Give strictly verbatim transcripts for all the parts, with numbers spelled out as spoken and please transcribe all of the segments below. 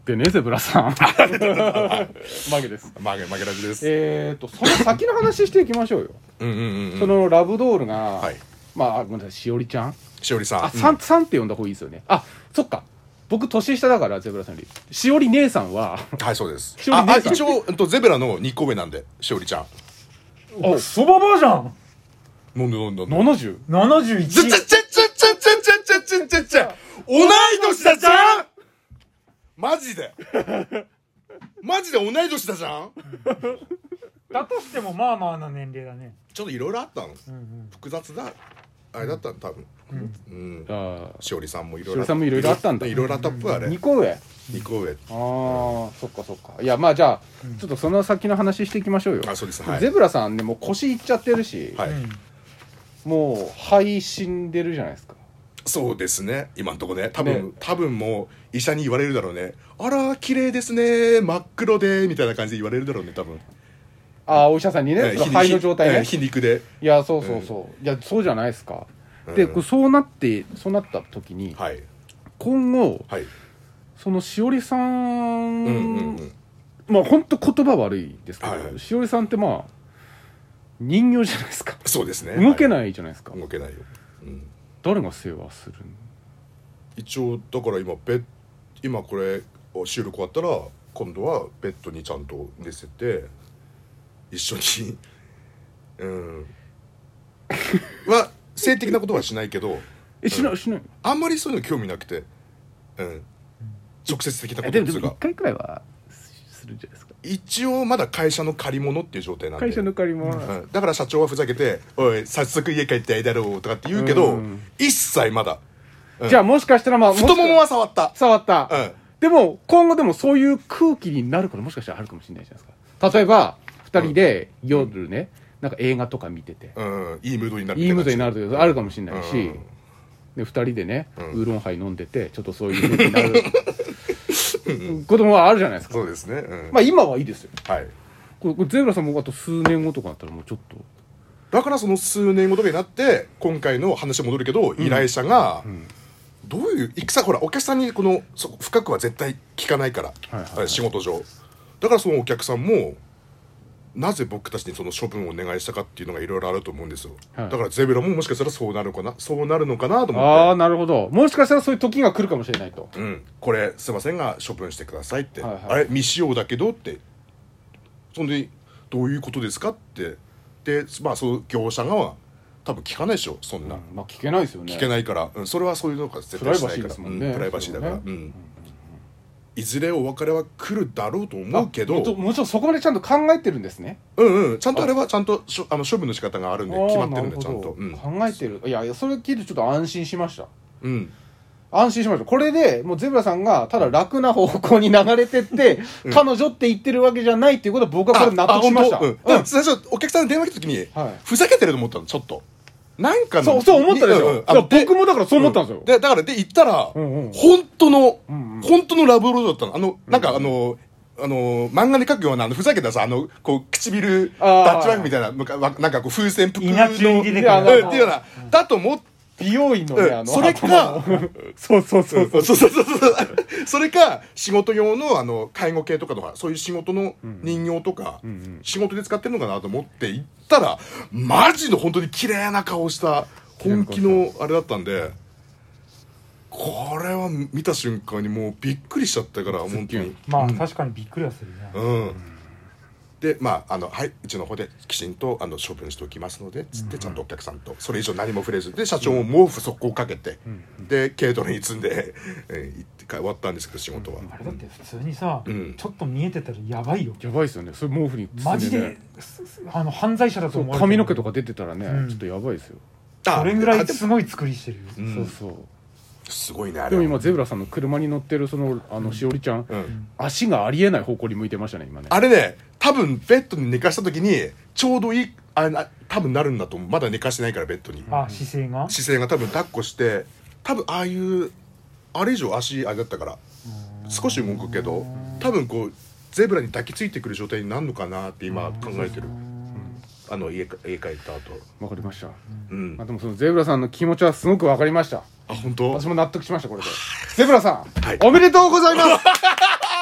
でねゼブラさんマゲですマゲマゲラジです。 えーとその先の話していきましょうようんうんうん、うん、 そのラブドールが、はい、まあごめんなさいしおりちゃんしおりさんあ、さん、さんって呼んだ方がいいですよね。あ、そっか僕年下だからゼブラさんよりしおり姉さんははいそうです。 しおり姉さんああ一応ゼブラのにこ上なんでしおりちゃんあそばばじゃんなんでなんでなんでななじゅう? ななじゅういちちゃちゃちゃちゃちゃちゃちゃちゃちゃちゃちゃ同い年だじゃんマジでマジで同い年だじゃんだとしてもまあまあな年齢だね。 ちょっといろいろあったの、 うんうん、 複雑だあれだったの多分、うんうん、 あしおりさんもいろいろしおりさんもいろいろあったんだいろいろあったっぽいあれにこ上にこ上ああー、うん、そっかそっかいやまあじゃあ、うん、ちょっとその先の話していきましょうよ。 あそうです、はい、 ゼブラさんねもう腰いっちゃってるし、 はい、 もう肺死んでるじゃないですか。 そうですね今んとこね多分ね多分もう医者に言われるだろうねあら綺麗ですね真っ黒でみたいな感じで言われるだろうね多分あお医者さんにね、えー、肺の状態ね、 えー、皮肉でいやそうそうそう、うん、いやそうじゃないですか、うん、でそうなってそうなった時に、はい、今後、はい、そのしおりさん、うんうんうん、まあ本当言葉悪いですけど、はいはい、しおりさんってまあ人形じゃないですか。 そうですね動けないじゃないですか、はい、 動けないよ、うん、 誰が世話するの？ 一応だから今ベッ今これ収録終わったら今度はベッドにちゃんと寝せて一緒にうんは性的なことはしないけどえしない、うん、しないあんまりそういうの興味なくて、うん、直接的なことですがでもいっかいくらいはするんじゃないですか。 一応まだ会社の借り物っていう状態なんで会社の借り物、 うん、だから社長はふざけておい早速家帰ってやりだろうとかって言うけど、うん、一切まだ、 うん、じゃあもしかしたらまあ太ももは触った触った、 うん、 でも今後でもそういう空気になるからもしかしたらあるかもしれないじゃないですか。例えばふたりで夜ね、うん、なんか映画とか見てて、 うん、いいムードになるいいムードになるというあるかもしれないし、うん、でふたりでね、うん、ウーロンハイ飲んでてちょっとそういう風になる子供はあるじゃないですか。 そうですね、うん、 まあ今はいいですよ。 はいこれこれゼブラさんもあと数年後とかだったらもうちょっとだからその数年後とかになって今回の話戻るけど、うん、依頼者が、うん、どういう戦ほらお客さんにこのそ深くは絶対聞かないから、はいはいはい、仕事上だからそのお客さんもなぜ僕たちにその処分をお願いしたかっていうのがいろいろあると思うんですよ、はい、だからゼブラももしかしたらそうなるかなそうなるのかなと思ってああなるほどもしかしたらそういう時が来るかもしれないと、 うん、これすいませんが処分してくださいって、はいはい、あれ未使用だけどってそんでどういうことですかってでまあその業者がは多分聞かないでしょそんな、うん、 まあ聞けないですよね聞けないから、うん、それはそういうのが絶対しないからプライバシーですもんね、 うん、プライバシーだから、ねうんうんいずれお別れは来るだろうと思うけど も, もちろんそこまでちゃんと考えてるんですね。 うんうんちゃんとあれはちゃんとしょあの処分の仕方があるんで決まってるんでちゃんと、うん、 考えてるいやそれ聞いてちょっと安心しました。 うん安心しました。これでもうゼブラさんがただ楽な方向に流れてって、うん、彼女って言ってるわけじゃないっていうことは僕はこれ納得しました。 うんうん、最初お客さんに電話来た時に、はい、ふざけてると思ったのちょっとなんかのそうそう思ったでしょ、うんうん、あ僕もだからそう思ったんですよ、うん、 でだからで言ったら、うんうん、本当の、うんうん、本当のラブロードだったのあの、うん、なんかあのあの漫画に描くようなあのふざけたさあのこう唇ダッチワークみたいななんかこう風船ぷくのっていうようなだと思って美容院のね、うん、あのそれかそうそうそうそうそうそうそうそれか仕事用のあの介護系とかとかそういう仕事の人形とか、うんうん、仕事で使ってるのかなと思って行ったらマジの本当に綺麗な顔した本気のあれだったんでこれは見た瞬間にもうびっくりしちゃったから本当にまあ、うん、確かにびっくりはするねうんでまあ、あのはいうちの方できちんとあの処分しておきますのでつってちゃんとお客さんとそれ以上何も触れずで社長も毛布速攻かけて、うん、で軽トラに積んで、えー、行って終わったんですけど仕事は、うん、 あれだって普通にさ、うん、ちょっと見えてたらやばいよやばいですよねそれ毛布に積んで、ね、 マジであの犯罪者だと思う髪の毛とか出てたらね、うん、ちょっとやばいですよそれぐらいすごい作りしてるよ、 うん、そうそうすごいねあれでも今ゼブラさんの車に乗ってるそのあのしおりちゃん、うん、足がありえない方向に向いてましたね今ねあれね多分ベッドに寝かした時にちょうどいいあな多分なるんだと思うまだ寝かしてないからベッドにあ姿勢が姿勢が多分抱っこして多分ああいうあれ以上足あれだったから少し動くけど多分こうゼブラに抱きついてくる状態になるのかなって今考えてるあの 家, 家帰った後わかりました、 うんまあ、でもそのゼブラさんの気持ちはすごくわかりましたあ本当私も納得しましたこれでゼブラさん、 はい、 おめでとうございます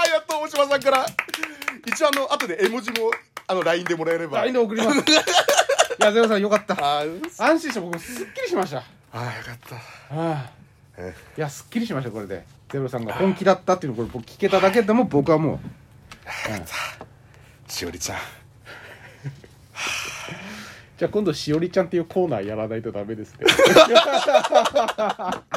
大島さんから一応あの後で絵文字もあの ライン でもらえればライン で送りますいやゼロさんよかったあ安心して僕すっきりしました。 あーよかったあえいやすっきりしました。これでゼロさんが本気だったっていうのをこれ僕聞けただけでも僕はもう、うん、 しおりちゃんじゃあ今度しおりちゃんっていうコーナーやらないとダメですね